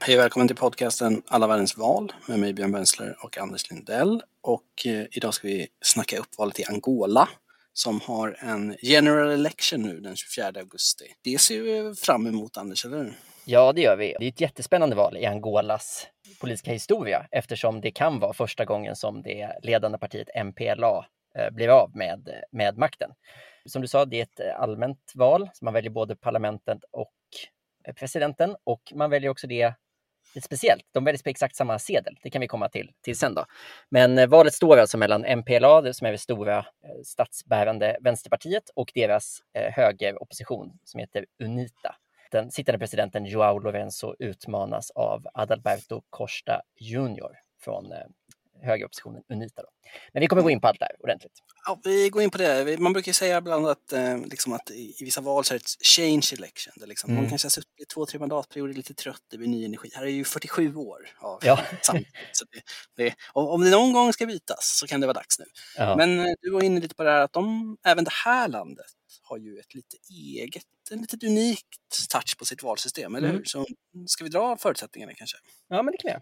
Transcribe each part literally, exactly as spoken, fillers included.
Hej och välkommen till podcasten Alla världens val med mig Björn Bensler och Anders Lindell. Och eh, idag ska vi snacka upp valet i Angola som har en general election nu den tjugofjärde augusti. Det ser vi fram emot, Anders, eller hur? Ja, det gör vi. Det är ett jättespännande val i Angolas politiska historia eftersom det kan vara första gången som det ledande partiet M P L A eh, blir av med, med makten. Som du sa, det är ett allmänt val. Så man väljer både parlamentet och presidenten och man väljer också det lite speciellt. De väljs på exakt samma sedel. Det kan vi komma till, till sen då. Men eh, valet står alltså mellan M P L A, det som är det stora eh, statsbärande vänsterpartiet, och deras eh, högeropposition som heter UNITA. Den sittande presidenten João Lourenço utmanas av Adalberto Costa junior från eh, högeroppositionen UNITA. Då. Men vi kommer gå in på allt där ordentligt. Ja, vi går in på det. Man brukar säga ibland att, eh, liksom att i, i vissa val så är det ett change election. Där liksom, mm. Man kanske har suttit i två, tre mandatperioder lite trött, det blir ny energi. Här är ju fyrtiosju år av ja. samtidigt. Så det, det, om det någon gång ska bytas så kan det vara dags nu. Ja. Men eh, du var inne lite på det här att de, även det här landet har ju ett lite eget, en lite unikt touch på sitt valsystem, eller mm. hur? Så ska vi dra förutsättningarna kanske? Ja, men det kan jag.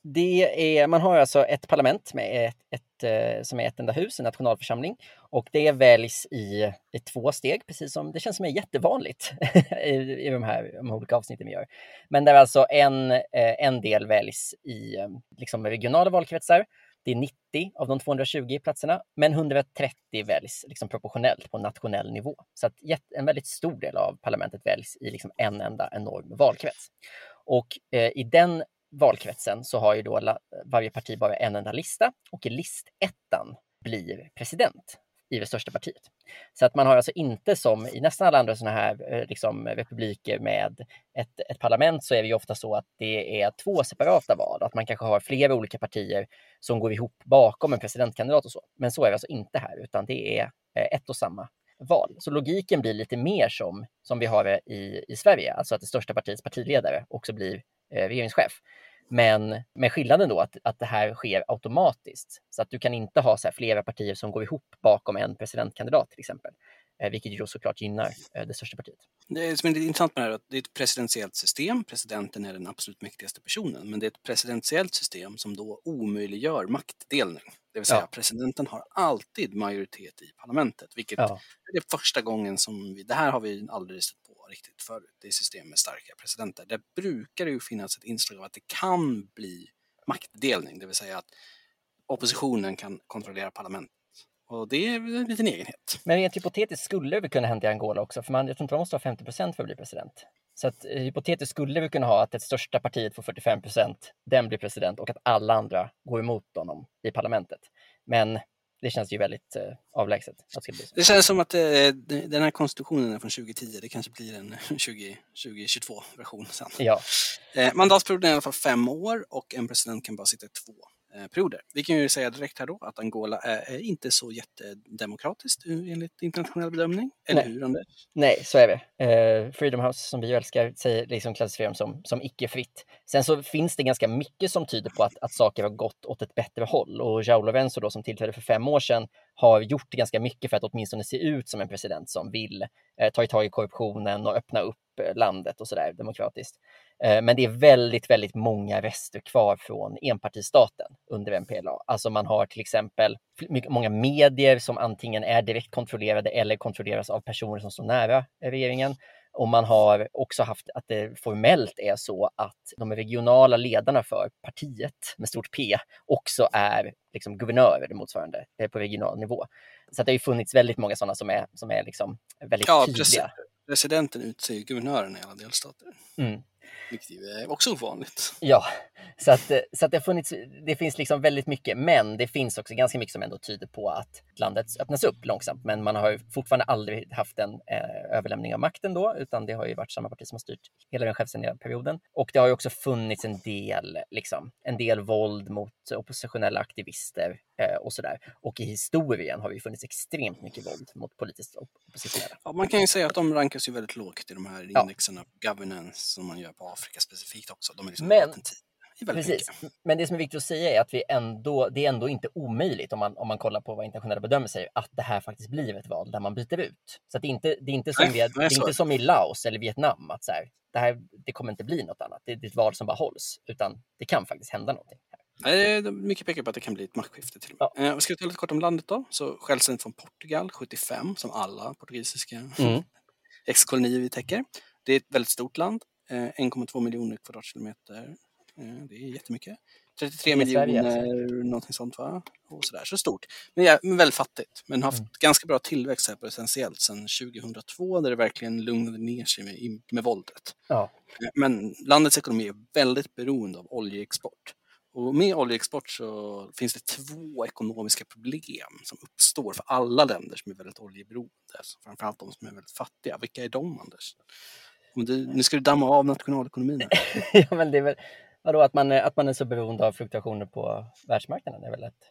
Det är, man har alltså ett parlament med ett, ett, som är ett enda hus, en nationalförsamling, och det väljs i, i två steg, precis som det känns som är jättevanligt i, i de här de olika avsnitten vi gör. Men där alltså en, en del väljs i liksom regionala valkretsar. Det är nittio av de tvåhundratjugo platserna, men etthundratrettio väljs liksom proportionellt på nationell nivå. Så att en väldigt stor del av parlamentet väljs i liksom en enda enorm valkrets. Och eh, i den valkretsen så har ju då varje parti bara en enda lista, och i listettan blir president i det största partiet. Så att man har alltså inte som i nästan alla andra sådana här liksom, republiker med ett, ett parlament, så är det ju ofta så att det är två separata val. Att man kanske har flera olika partier som går ihop bakom en presidentkandidat och så. Men så är det alltså inte här, utan det är ett och samma val. Så logiken blir lite mer som, som vi har det i, i Sverige. Alltså att det största partiets partiledare också blir eh, regeringschef. Men med skillnaden då att, att det här sker automatiskt. Så att du kan inte ha så här flera partier som går ihop bakom en presidentkandidat till exempel. Eh, vilket ju då såklart gynnar eh, det största partiet. Det som är intressant med det här är att det är ett presidentiellt system. Presidenten är den absolut mäktigaste personen. Men det är ett presidentiellt system som då omöjliggör maktdelning. Det vill säga ja. Presidenten har alltid majoritet i parlamentet. Vilket ja. är det första gången som vi, det här har vi aldrig stött på riktigt förut. Det är system med starka presidenter. Där brukar det ju finnas ett inslag av att det kan bli maktdelning. Det vill säga att oppositionen kan kontrollera parlamentet. Och det är en liten egenhet. Men rent hypotetiskt skulle det kunna hända i Angola också. För man, jag tror inte man måste ha femtio procent för att bli president. Så att eh, hypotetiskt skulle vi kunna ha att det största partiet får fyrtiofem procent, den blir president, och att alla andra går emot honom i parlamentet. Men det känns ju väldigt eh, avlägset. Att det, det känns som att eh, den här konstitutionen är från tjugohundratio. Det kanske blir en tjugo tjugotvå-version sen. Ja. Eh, mandatperioden är i alla fall fem år och en president kan bara sitta i två eh, perioder. Vi kan ju säga direkt här då att Angola är, är inte så jättedemokratiskt enligt internationell bedömning. Eller Nej. hur, Anders? Nej, så är det. Eh, Freedom House, som vi älskar, säger, liksom klassificerar dem som, som icke-fritt. Sen så finns det ganska mycket som tyder på att, att saker har gått åt ett bättre håll. Och João Lourenço då, som tillträdde för fem år sedan, har gjort ganska mycket för att åtminstone se ut som en president som vill eh, ta i tag i korruptionen och öppna upp eh, landet och sådär demokratiskt. Eh, men det är väldigt, väldigt många rester kvar från enpartistaten under M P L A. Alltså man har till exempel mycket, många medier som antingen är direkt kontrollerade eller kontrolleras av personer som står nära regeringen. Och man har också haft att det formellt är så att de regionala ledarna för partiet med stort P också är liksom guvernörer eller motsvarande på regional nivå. Så att det har ju funnits väldigt många sådana som är, som är liksom väldigt ja, tydliga. Ja, presidenten utser guvernören i alla delstater. Mm. Vilket är också ovanligt. Ja, så att, så att det, har funnits, det finns liksom väldigt mycket, men det finns också ganska mycket som ändå tyder på att landet öppnas upp långsamt. Men man har fortfarande aldrig haft en eh, överlämning av makten då, utan det har ju varit samma parti som har styrt hela den självständiga perioden. Och det har ju också funnits en del, liksom, en del våld mot oppositionella aktivister eh, och sådär. Och i historien har det funnits extremt mycket våld mot politiskt oppositionella. Ja, man kan ju säga att de rankas ju väldigt lågt i de här indexerna, ja. Governance som man gör på Afrika specifikt också. De är liksom men, väldigt Precis. mycket. Men det som är viktigt att säga är att vi ändå, det är ändå inte omöjligt om man, om man kollar på vad internationella bedömare säger, att det här faktiskt blir ett val där man byter ut. Så att det, är inte, det är inte som, Nej, vi, nej, det är så är inte det. som i Laos eller Vietnam, att så här, det, här, det kommer inte bli något annat. Det är ett val som bara hålls, utan det kan faktiskt hända någonting. Nej, mycket pekar på att det kan bli ett maktskifte till och med. Ja. Eh, ska vi ta lite kort om landet då? Så självständigt från Portugal, sjuttiofem, som alla portugisiska Mm. ex-kolonier vi täcker. Det är ett väldigt stort land, eh, en komma två miljoner kvadratkilometer. Eh, det är jättemycket. trettiotre Det är Sverige, miljoner, någonting sånt va? Och sådär, så stort. Men, ja, men väldigt fattigt. Men har haft Mm. ganska bra tillväxt här potentiellt sedan tjugohundratvå, där det verkligen lugnade ner sig med, med våldet. Ja. Men landets ekonomi är väldigt beroende av oljeexport. Och med oljeexport så finns det två ekonomiska problem som uppstår för alla länder som är väldigt oljeberoende. Alltså framförallt de som är väldigt fattiga. Vilka är de, Anders? Men du, nu ska du damma av nationalekonomin här. Ja, men det är väl vadå, att, man, att man är så beroende av fluktuationer på världsmarknaden är väl ett...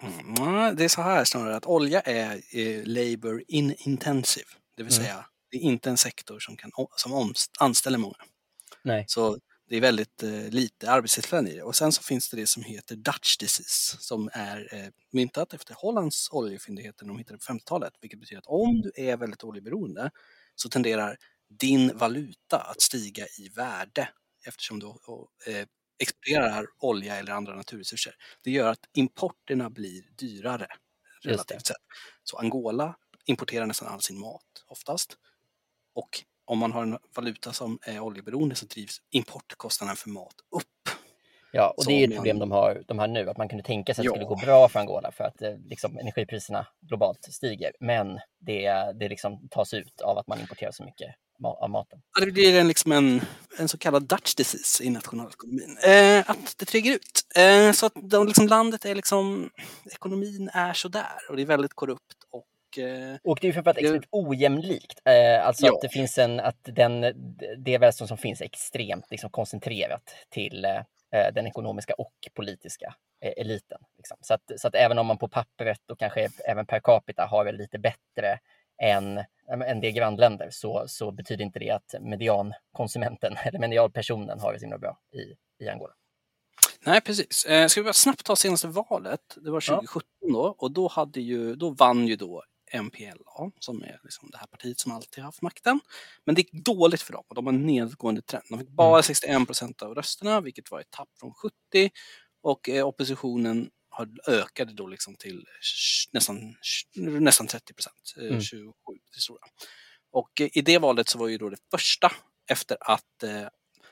Mm, det är så här snarare att olja är eh, labor in intensive. Det vill Mm. säga, det är inte en sektor som, kan, som omst, anställer många. Nej. Så det är väldigt eh, lite arbetstillfällen i det. Och sen så finns det det som heter Dutch disease, som är eh, myntat efter Hollands oljefyndigheter de hittade på femtiotalet. Vilket betyder att om du är väldigt oljeberoende så tenderar din valuta att stiga i värde eftersom du eh, exporterar olja eller andra naturresurser. Det gör att importerna blir dyrare relativt sett. Så Angola importerar nästan all sin mat oftast. Och om man har en valuta som är oljeberoende så drivs importkostnaderna för mat upp. Ja, och så det är ju ett man... problem de har, de har nu, att man kunde tänka sig att det ja. skulle gå bra för Angola för att eh, liksom, energipriserna globalt stiger. Men det, det liksom tas ut av att man importerar så mycket ma- av maten. Ja, det blir en, liksom en, en så kallad Dutch disease i nationalekonomin. Eh, att det triggar ut. Eh, så att de, liksom, landet är liksom, ekonomin är sådär och det är väldigt korrupt. Och Och det är ju för att extremt ojämlikt. Eh, alltså ja. att det finns en, att den, det välstånd som finns är extremt liksom, koncentrerat till eh, den ekonomiska och politiska eh, eliten. Liksom. Så, att, så att även om man på pappret och kanske även per capita har det lite bättre än, än det grannländer så, så betyder inte det att mediankonsumenten eller medialpersonen har det så himla bra i, i Angola. Nej, precis. Eh, ska vi bara snabbt ta senaste valet? Det var tjugosjutton då och då, hade ju, då vann ju då M P L A som är liksom det här partiet som alltid haft makten. Men det gick dåligt för dem och de har en nedgående trend. De fick bara mm. sextioen procent av rösterna, vilket var ett tapp från sjuttio, och eh, oppositionen har ökade då liksom till nästan, nästan trettio procent, eh, mm. tjugosju till stora. Och eh, i det valet så var ju då det första efter att eh,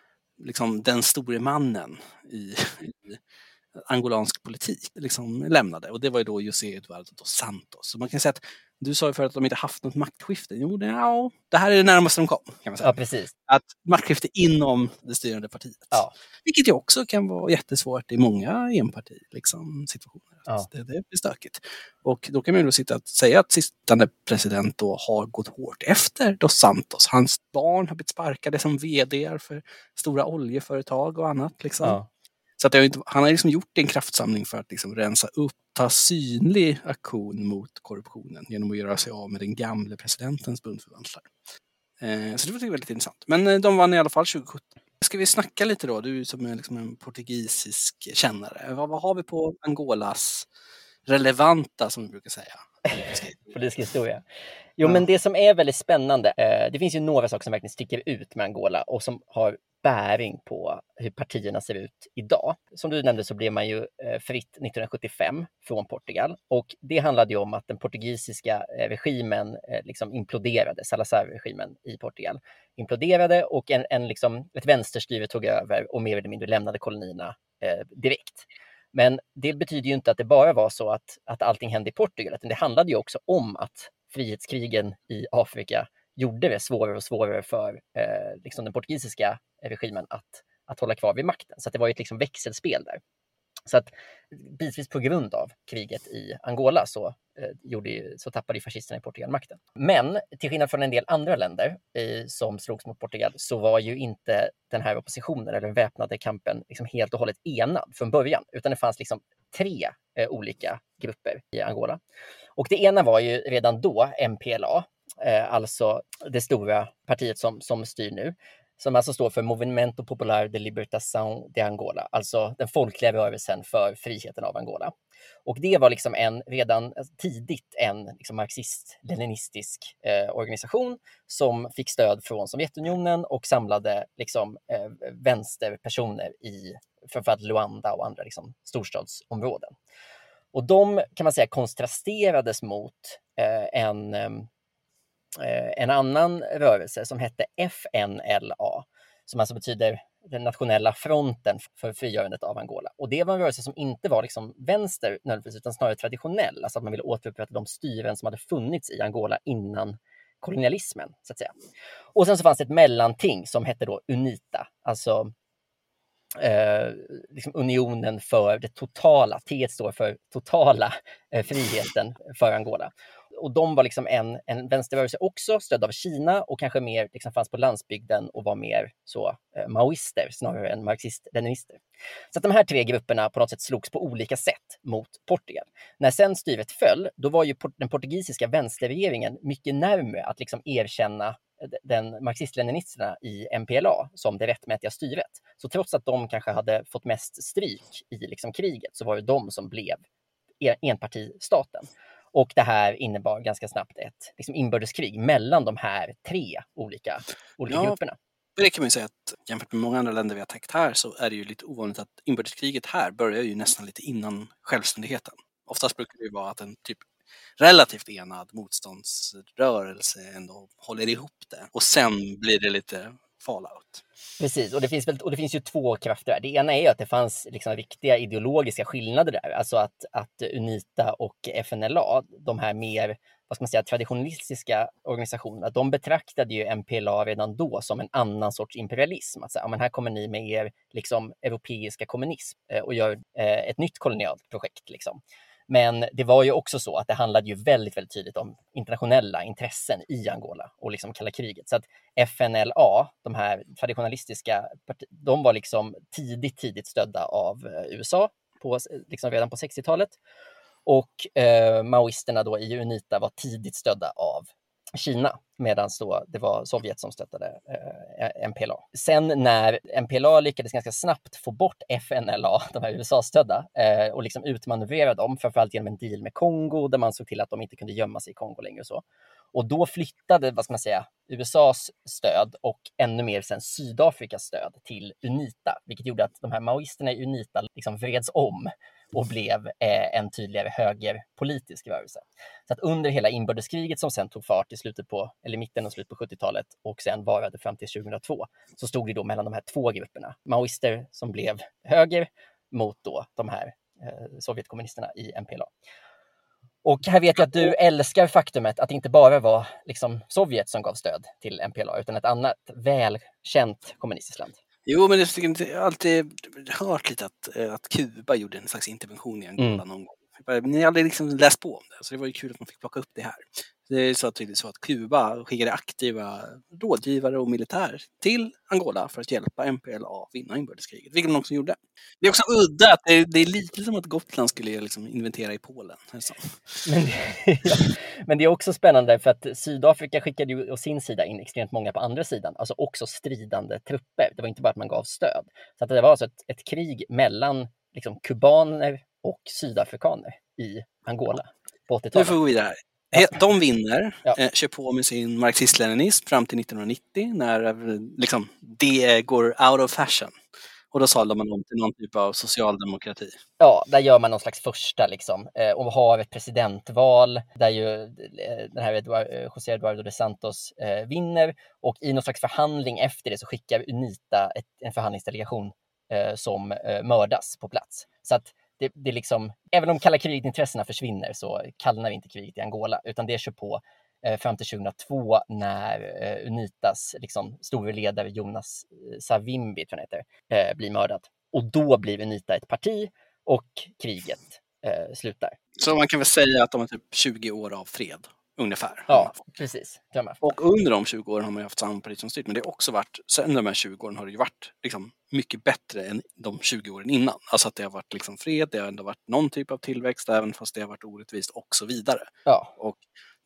liksom den store mannen i, i angolansk politik liksom lämnade. Och det var ju då José Eduardo dos Santos. Så man kan säga att du sa ju för att de inte haft något maktskifte. Jo, det, ja, det här är det närmaste de kom, kan man säga. Ja, precis. Att maktskifte inom det styrande partiet. Ja. Vilket ju också kan vara jättesvårt i många enparti liksom, situationer. Ja. Det, det blir stökigt. Och då kan man ju då sitta och säga att sittande president då har gått hårt efter dos Santos. Hans barn har blivit sparkade som vd för stora oljeföretag och annat. Liksom. Ja. Så att inte, han har liksom gjort en kraftsamling för att liksom rensa upp, ta synlig aktion mot korruptionen genom att göra sig av med den gamla presidentens bundförvantlare. Eh, så det var väldigt intressant. Men eh, de vann i alla fall tjugosjutton. Ska vi snacka lite då, du som är liksom en portugisisk kännare. Vad, vad har vi på Angolas relevanta, som vi brukar säga? Politiska historia. Jo, ja. Men det som är väldigt spännande, eh, det finns ju några saker som verkligen sticker ut med Angola och som har bäring på hur partierna ser ut idag. Som du nämnde så blev man ju eh, fritt nittonhundrasjuttiofem från Portugal och det handlade ju om att den portugisiska eh, regimen eh, liksom imploderade, Salazar-regimen i Portugal imploderade och en, en liksom, ett vänsterstyre tog över och mer eller mindre lämnade kolonierna eh, direkt. Men det betyder ju inte att det bara var så att, att allting hände i Portugal, utan det handlade ju också om att frihetskrigen i Afrika gjorde det svårare och svårare för eh, liksom den portugisiska regimen att, att hålla kvar vid makten. Så att det var ju ett liksom växelspel där. Så att bitvis på grund av kriget i Angola så, eh, gjorde ju, så tappade ju fascisterna i Portugal makten. Men till skillnad från en del andra länder eh, som slogs mot Portugal så var ju inte den här oppositionen eller den väpnade kampen liksom helt och hållet enad från början. Utan det fanns liksom tre eh, olika grupper i Angola. Och det ena var ju redan då M P L A, eh, alltså det stora partiet som, som styr nu, som alltså står för Movimento Popular de Libertação de Angola, alltså den folkliga rörelsen för friheten av Angola. Och det var liksom en redan tidigt en liksom marxist-leninistisk eh, organisation som fick stöd från Sovjetunionen och samlade liksom eh, vänsterpersoner i framförallt Luanda och andra liksom storstadsområden. Och de kan man säga kontrasterades mot eh, en, eh, en annan rörelse som hette F N L A, som alltså betyder den nationella fronten för frigörandet av Angola. Och det var en rörelse som inte var liksom vänster nödvändigtvis, utan snarare traditionell, alltså att man ville återupprätta de styren som hade funnits i Angola innan kolonialismen, så att säga. Och sen så fanns det ett mellanting som hette då UNITA, alltså Eh, liksom unionen för det totala, T står för totala eh, friheten för Angola. Och de var liksom en, en vänsterrörelse också, stödd av Kina och kanske mer liksom fanns på landsbygden och var mer så eh, maoister snarare än marxist-leninister. Så att de här tre grupperna på något sätt slogs på olika sätt mot Portugal. När sen styret föll, då var ju den portugisiska vänsterregeringen mycket närmare att liksom erkänna den marxist-leninisterna i M P L A som det rättmätiga styret. Så trots att de kanske hade fått mest stryk i liksom kriget så var det de som blev enpartistaten. Och det här innebar ganska snabbt ett liksom inbördeskrig mellan de här tre olika, olika ja, grupperna. Det kan man ju säga att jämfört med många andra länder vi har täckt här så är det ju lite ovanligt att inbördeskriget här börjar ju nästan lite innan självständigheten. Oftast brukar det ju vara att en typ relativt enad motståndsrörelse ändå håller ihop det. Och sen blir det lite fallout. Precis, och det finns, väl, och det finns ju två krafter. Det ena är ju att det fanns liksom riktiga ideologiska skillnader där. Alltså att, att UNITA och F N L A, de här mer vad ska man säga, traditionalistiska organisationerna, de betraktade ju M P L A redan då som en annan sorts imperialism. Att säga, ja, men här kommer ni med er liksom, europeiska kommunism och gör eh, ett nytt kolonialt projekt. Liksom. Men det var ju också så att det handlade ju väldigt, väldigt tydligt om internationella intressen i Angola och liksom kalla kriget. Så att F N L A, de här traditionalistiska, de var liksom tidigt, tidigt stödda av U S A på, liksom redan på sextiotalet. Och eh, maoisterna då i UNITA var tidigt stödda av Kina, medan då det var Sovjet som stöttade eh, M P L A. Sen när M P L A lyckades ganska snabbt få bort F N L A, de här U S A-stödda, eh, och liksom utmanövrera dem, framförallt genom en deal med Kongo, där man såg till att de inte kunde gömma sig i Kongo längre och så. Och då flyttade, vad ska man säga, U S As stöd och ännu mer sen Sydafrikas stöd till UNITA, vilket gjorde att de här maoisterna i UNITA liksom vreds om och blev eh, en tydligare högerpolitisk rörelse. Så att under hela inbördeskriget som sen tog fart i slutet på, eller mitten och slutet på sjuttiotalet och sen varade fram till tjugohundratvå, så stod det då mellan de här två grupperna. Maoister som blev höger mot då de här eh, Sovjetkommunisterna i M P L A. Och här vet jag att du älskar faktumet att det inte bara var liksom Sovjet som gav stöd till M P L A utan ett annat välkänt kommunistiskt land. Jo, men jag har alltid hört lite att, att Kuba gjorde en slags intervention i Angola mm. någon gång. Ni har aldrig liksom läst på om det, så det var ju kul att man fick plocka upp det här. Det är så tydligt så att Kuba skickade aktiva rådgivare och militär till Angola för att hjälpa M P L A vinna inbördeskriget, vilket de också gjorde. Det är också udda att det är, det är lite som att Gotland skulle liksom inventera i Polen. Alltså. Men, ja, men det är också spännande för att Sydafrika skickade ju å sin sida in extremt många på andra sidan, alltså också stridande trupper. Det var inte bara att man gav stöd. Så att det var alltså ett, ett krig mellan liksom, kubaner och sydafrikaner i Angola på åttiotalet. Nu får vi vidare. De vinner, ja. eh, kör på med sin marxist-leninism fram till nittonhundranittio när liksom, det går out of fashion. Och då sadlar man om till någon typ av socialdemokrati. Ja, där gör man någon slags första liksom, eh, och har ett presidentval där ju eh, den här Eduard, José Eduardo de Santos eh, vinner, och i någon slags förhandling efter det så skickar UNITA ett, en förhandlingsdelegation eh, som eh, mördas på plats. Så att Det, det liksom, även om kalla kriget-intressena försvinner så kallnar inte kriget i Angola, utan det kör på eh, fram till tjugohundratvå när eh, UNITAs liksom, store ledare Jonas Savimbi tror jag heter, eh, blir mördad. Och då blir UNITA ett parti och kriget eh, slutar. Så man kan väl säga att de har typ tjugo år av fred ungefär. Ja, precis. Och under de tjugo åren har man ju haft samma parti som styrt, men det har också varit, sen de här tjugo åren har det ju varit liksom mycket bättre än de tjugo åren innan. Alltså att det har varit liksom fred, det har ändå varit någon typ av tillväxt, även fast det har varit orättvist och så vidare. Ja. Och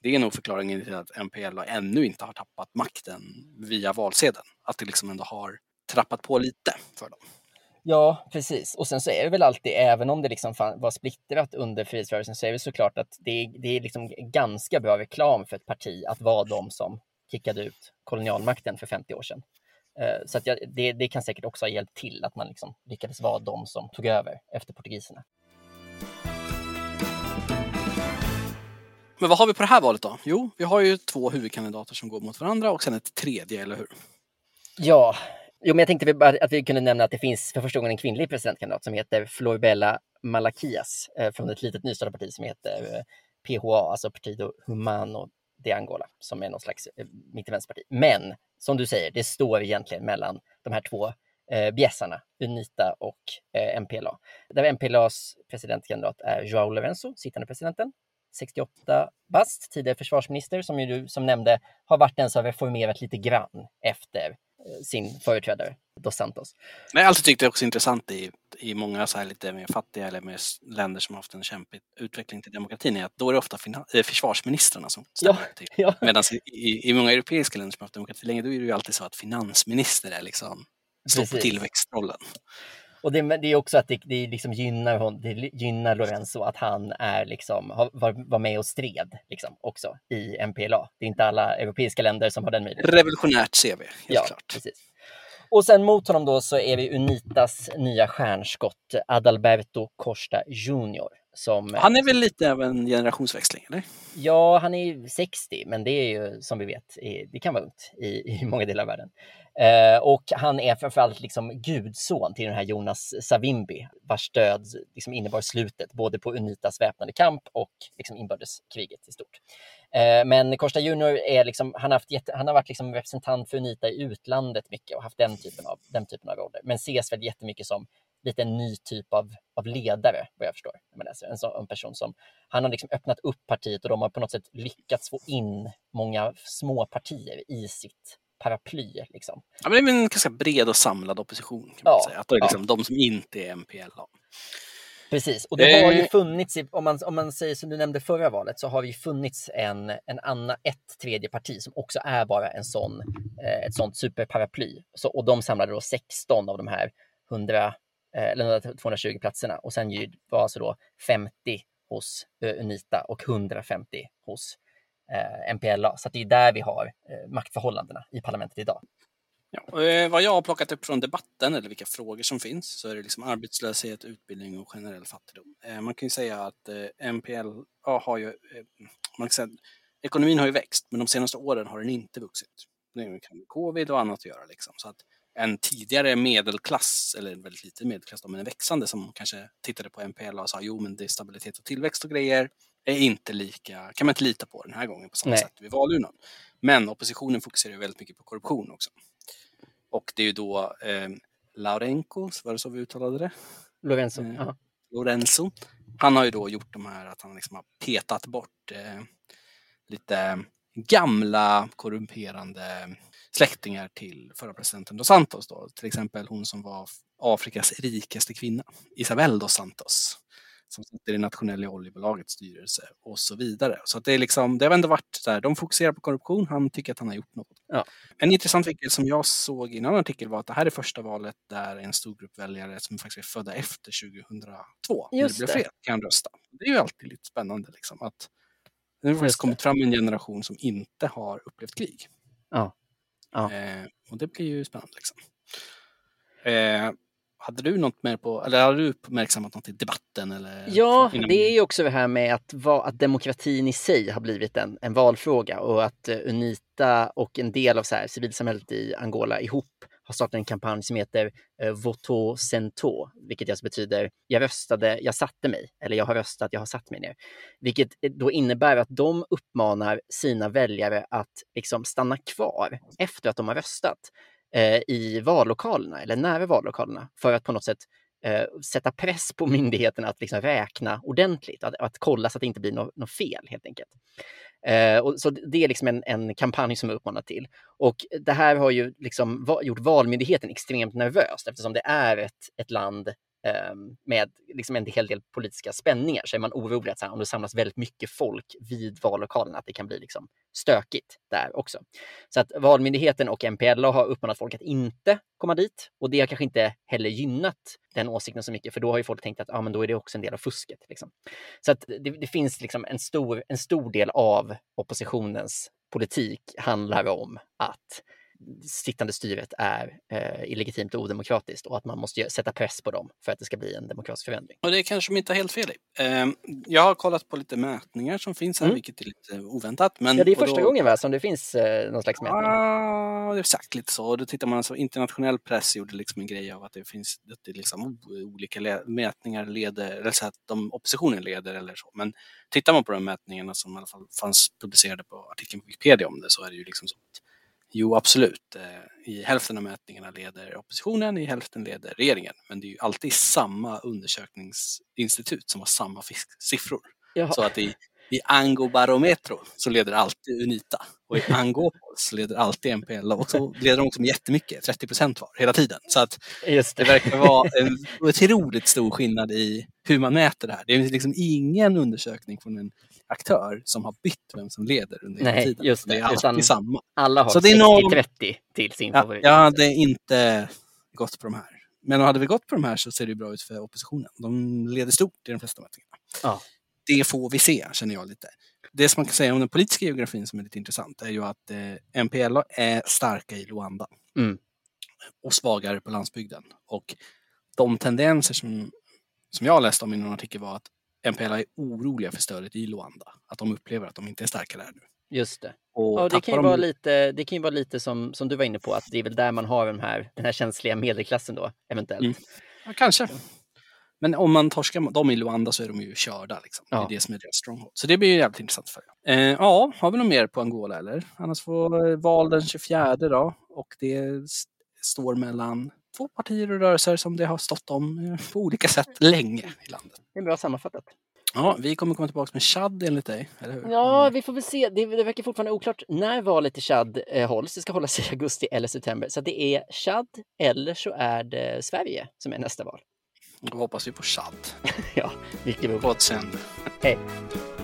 det är nog förklaringen till att M P L A ännu inte har tappat makten via valsedeln. Att det liksom ändå har trappat på lite för dem. Ja, precis. Och sen så är det väl alltid, även om det liksom var splittrat under frihetsrörelsen, så är det såklart att det är, det är liksom ganska bra reklam för ett parti att vara de som kickade ut kolonialmakten för femtio år sedan. Så att jag, det, det kan säkert också ha hjälpt till att man liksom lyckades vara de som tog över efter portugiserna. Men vad har vi på det här valet då? Jo, vi har ju två huvudkandidater som går mot varandra och sen ett tredje, eller hur? Ja, jo, men jag tänkte bara att vi kunde nämna att det finns för första gången en kvinnlig presidentkandidat som heter Florbela Malaquias från ett litet nystartat parti som heter P H A, alltså Partido Humano de Angola, som är någon slags mitt-vänsterparti. Men som du säger, det står egentligen mellan de här två eh, bjässarna, UNITA och eh, M P L A. Där M P L As presidentkandidat är João Lourenço, sittande presidenten, sextioåtta bast, tidigare försvarsminister, som ju du som nämnde har varit den som har reformerat lite grann efter eh, sin företrädare Dos Santos. Men jag har alltid tyckt det är också intressant i, i många så här lite mer fattiga eller mer länder som har haft en kämpig utveckling till demokratin, är att då är det ofta fina- försvarsministrarna som ställer Ja, till. ja. Medan i, i, i många europeiska länder som har haft demokrati länge, då är det ju alltid så att finansminister är liksom står på tillväxtrollen. Och det, det är också att det, det liksom gynnar, hon, det gynnar Lourenço att han är liksom, har, var, var med och stred liksom, också i M P L A. Det är inte alla europeiska länder som har den möjligheten. Revolutionärt C V, helt ja, klart. Precis. Och sen mot honom då så är vi Unitas nya stjärnskott Adalberto Costa junior Som, han är väl lite av en generationsväxling, eller? Ja, han är ju sextio, men det är ju som vi vet, det kan vara ungt i, i många delar av världen. Eh, och han är framförallt liksom gudson till den här Jonas Savimbi, vars död liksom innebar slutet både på Unitas väpnade kamp och liksom inbördeskriget i stort. Eh, men Costa junior är liksom, han har, haft jätte, han har varit liksom representant för Unita i utlandet mycket och haft den typen av, den typen av roller, men ses väl jättemycket som lite en ny typ av, av ledare, vad jag förstår. När man läser. En, så, en person som, han har liksom öppnat upp partiet och de har på något sätt lyckats få in många små partier i sitt paraply. Liksom. Ja, men det är en ganska bred och samlad opposition, kan ja, man säga. Att det är liksom ja. de som inte är M P L A. Precis, och det har ju funnits, om man, om man säger som du nämnde förra valet, så har det ju funnits en, en annan, ett tredje parti som också är bara en sån, ett sånt superparaply. Så, och de samlade då sexton av de här hundra eller tvåhundratjugo platserna, och sen var alltså då femtio hos Unita och hundrafemtio hos eh, M P L A. Så att det är där vi har eh, maktförhållandena i parlamentet idag. Ja, och, eh, vad jag har plockat upp från debatten, eller vilka frågor som finns, så är det liksom arbetslöshet, utbildning och generell fattigdom. Eh, man kan ju säga att eh, M P L A har ju, eh, man kan säga, ekonomin har ju växt, men de senaste åren har den inte vuxit. Det kan med covid och annat att göra liksom. Så att en tidigare medelklass, eller väldigt liten medelklass då, men en växande, som kanske tittade på M P L A och sa jo, men det är stabilitet och tillväxt och grejer, är inte lika, kan man inte lita på den här gången på samma Nej. sätt vid valurnan. Men oppositionen fokuserar ju väldigt mycket på korruption också. Och det är ju då eh, Lourenço, var det så vi uttalade det? Lourenço, eh, Lourenço. Han har ju då gjort de här, att han liksom har petat bort eh, lite gamla korrumperande släktingar till förra presidenten Dos Santos då. Till exempel hon som var Afrikas rikaste kvinna, Isabel Dos Santos, som sitter i nationella oljebolagets styrelse och så vidare. Så att det är liksom, det har ändå varit så här, de fokuserar på korruption, han tycker att han har gjort något. Ja. En intressant artikel som jag såg i en annan artikel var att det här är första valet där en stor grupp väljare som faktiskt är födda efter tjugohundratvå, när det blev fred, kan rösta. Det är ju alltid lite spännande liksom, att det har faktiskt kommit fram en generation som inte har upplevt krig. Ja. Ja. Eh, och det blir ju spännande liksom. Eh, hade du något mer på, eller hade du uppmärksammat något i debatten? Eller ja, inom... det är ju också det här med att, va, att demokratin i sig har blivit en, en valfråga, och att uh, Unita och en del av så här, civilsamhället i Angola ihop har startat en kampanj som heter uh, Voto Sento, vilket alltså betyder jag röstade, jag satte mig, eller jag har röstat, jag har satt mig ner. Vilket då innebär att de uppmanar sina väljare att liksom stanna kvar efter att de har röstat eh, i vallokalerna eller nära vallokalerna, för att på något sätt eh, sätta press på myndigheterna att liksom räkna ordentligt, att, att kolla så att det inte blir något, något fel helt enkelt. Eh, och så det är liksom en, en kampanj som är uppmanad till. Och det här har ju liksom va, gjort valmyndigheten extremt nervös, eftersom det är ett, ett land med liksom en hel del politiska spänningar, så är man orolig att så här, om det samlas väldigt mycket folk vid vallokalen, att det kan bli liksom stökigt där också. Så att Valmyndigheten och M P L A har uppmanat folk att inte komma dit, och det har kanske inte heller gynnat den åsikten så mycket, för då har ju folk tänkt att ah, men då är det också en del av fusket. Liksom. Så att det, det finns liksom en stor, en stor del av oppositionens politik handlar om att sittande styret är eh, illegitimt och odemokratiskt, och att man måste sätta press på dem för att det ska bli en demokratisk förändring. Och det kanske de inte har helt fel i. Eh, jag har kollat på lite mätningar som finns här, mm. vilket är lite oväntat. Men, ja, det är första då, gången va, som det finns eh, någon slags mätning. Ja, det är exakt lite så. Och då tittar man alltså, internationell press gjorde liksom en grej av att det finns att det liksom olika le- mätningar leder, eller så att de oppositionen leder eller så. Men tittar man på de mätningarna som i alla fall fanns publicerade på artikeln på Wikipedia om det, så är det ju liksom så att jo, absolut. I hälften av mätningarna leder oppositionen, i hälften leder regeringen. Men det är ju alltid samma undersökningsinstitut som har samma siffror. Jaha. Så att i, i Angobarometro så leder alltid Unita. Och i Angopol så leder alltid M P L A. Och så leder de också med jättemycket, trettio procent var hela tiden. Så att Just det. det verkar vara en otroligt stor skillnad i hur man mäter det här. Det är liksom ingen undersökning från en aktör som har bytt vem som leder under hela Nej, tiden. Just det. det är alltid Utan samma. Alla har sextio trettio till sin ja, favorit. Jag hade inte gått på de här. Men hade vi gått på de här så ser det bra ut för oppositionen. De leder stort i de flesta mätningarna. Ja. Det får vi se, känner jag lite. Det som man kan säga om den politiska geografin som är lite intressant är ju att eh, M P L A är starka i Luanda. Mm. Och svagare på landsbygden. Och de tendenser som, som jag läste om i någon artikel var att M P L A är oroliga för stödet i Luanda. Att de upplever att de inte är starka där nu. Just det. Och ja, det, kan ju de... vara lite, det kan ju vara lite som, som du var inne på, att det är väl där man har den här, den här känsliga medelklassen då, eventuellt. Mm. Ja, kanske. Men om man torskar dem i Luanda så är de ju körda. Liksom. Ja. Det är det som är deras stronghold. Så det blir ju jävligt intressant för er. Eh, ja, har vi något mer på Angola eller? Annars får val den tjugofjärde då. Och det st- står mellan två partier och rörelser som det har stått om på olika sätt länge i landet. Det är bra sammanfattat. Ja, vi kommer komma tillbaka med Chad enligt dig, eller hur? Ja, vi får väl se. Det, det verkar fortfarande oklart när valet i Chad eh, hålls. Det ska hållas i augusti eller september. Så det är Chad eller så är det Sverige som är nästa val. Då hoppas vi på Chad. Ja, mycket bra. På ett sen. Hej.